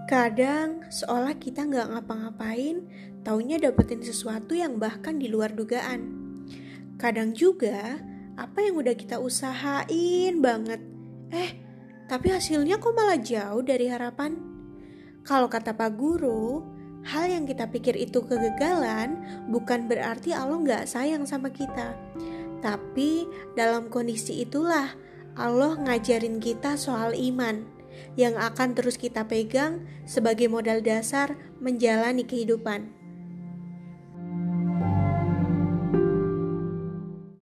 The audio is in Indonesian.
Kadang seolah kita nggak ngapa-ngapain, taunya dapetin sesuatu yang bahkan di luar dugaan. Kadang juga apa yang udah kita usahain banget, tapi hasilnya kok malah jauh dari harapan. Kalau kata Pak Guru, hal yang kita pikir itu kegagalan bukan berarti Allah nggak sayang sama kita. Tapi dalam kondisi itulah Allah ngajarin kita soal iman yang akan terus kita pegang sebagai modal dasar menjalani kehidupan.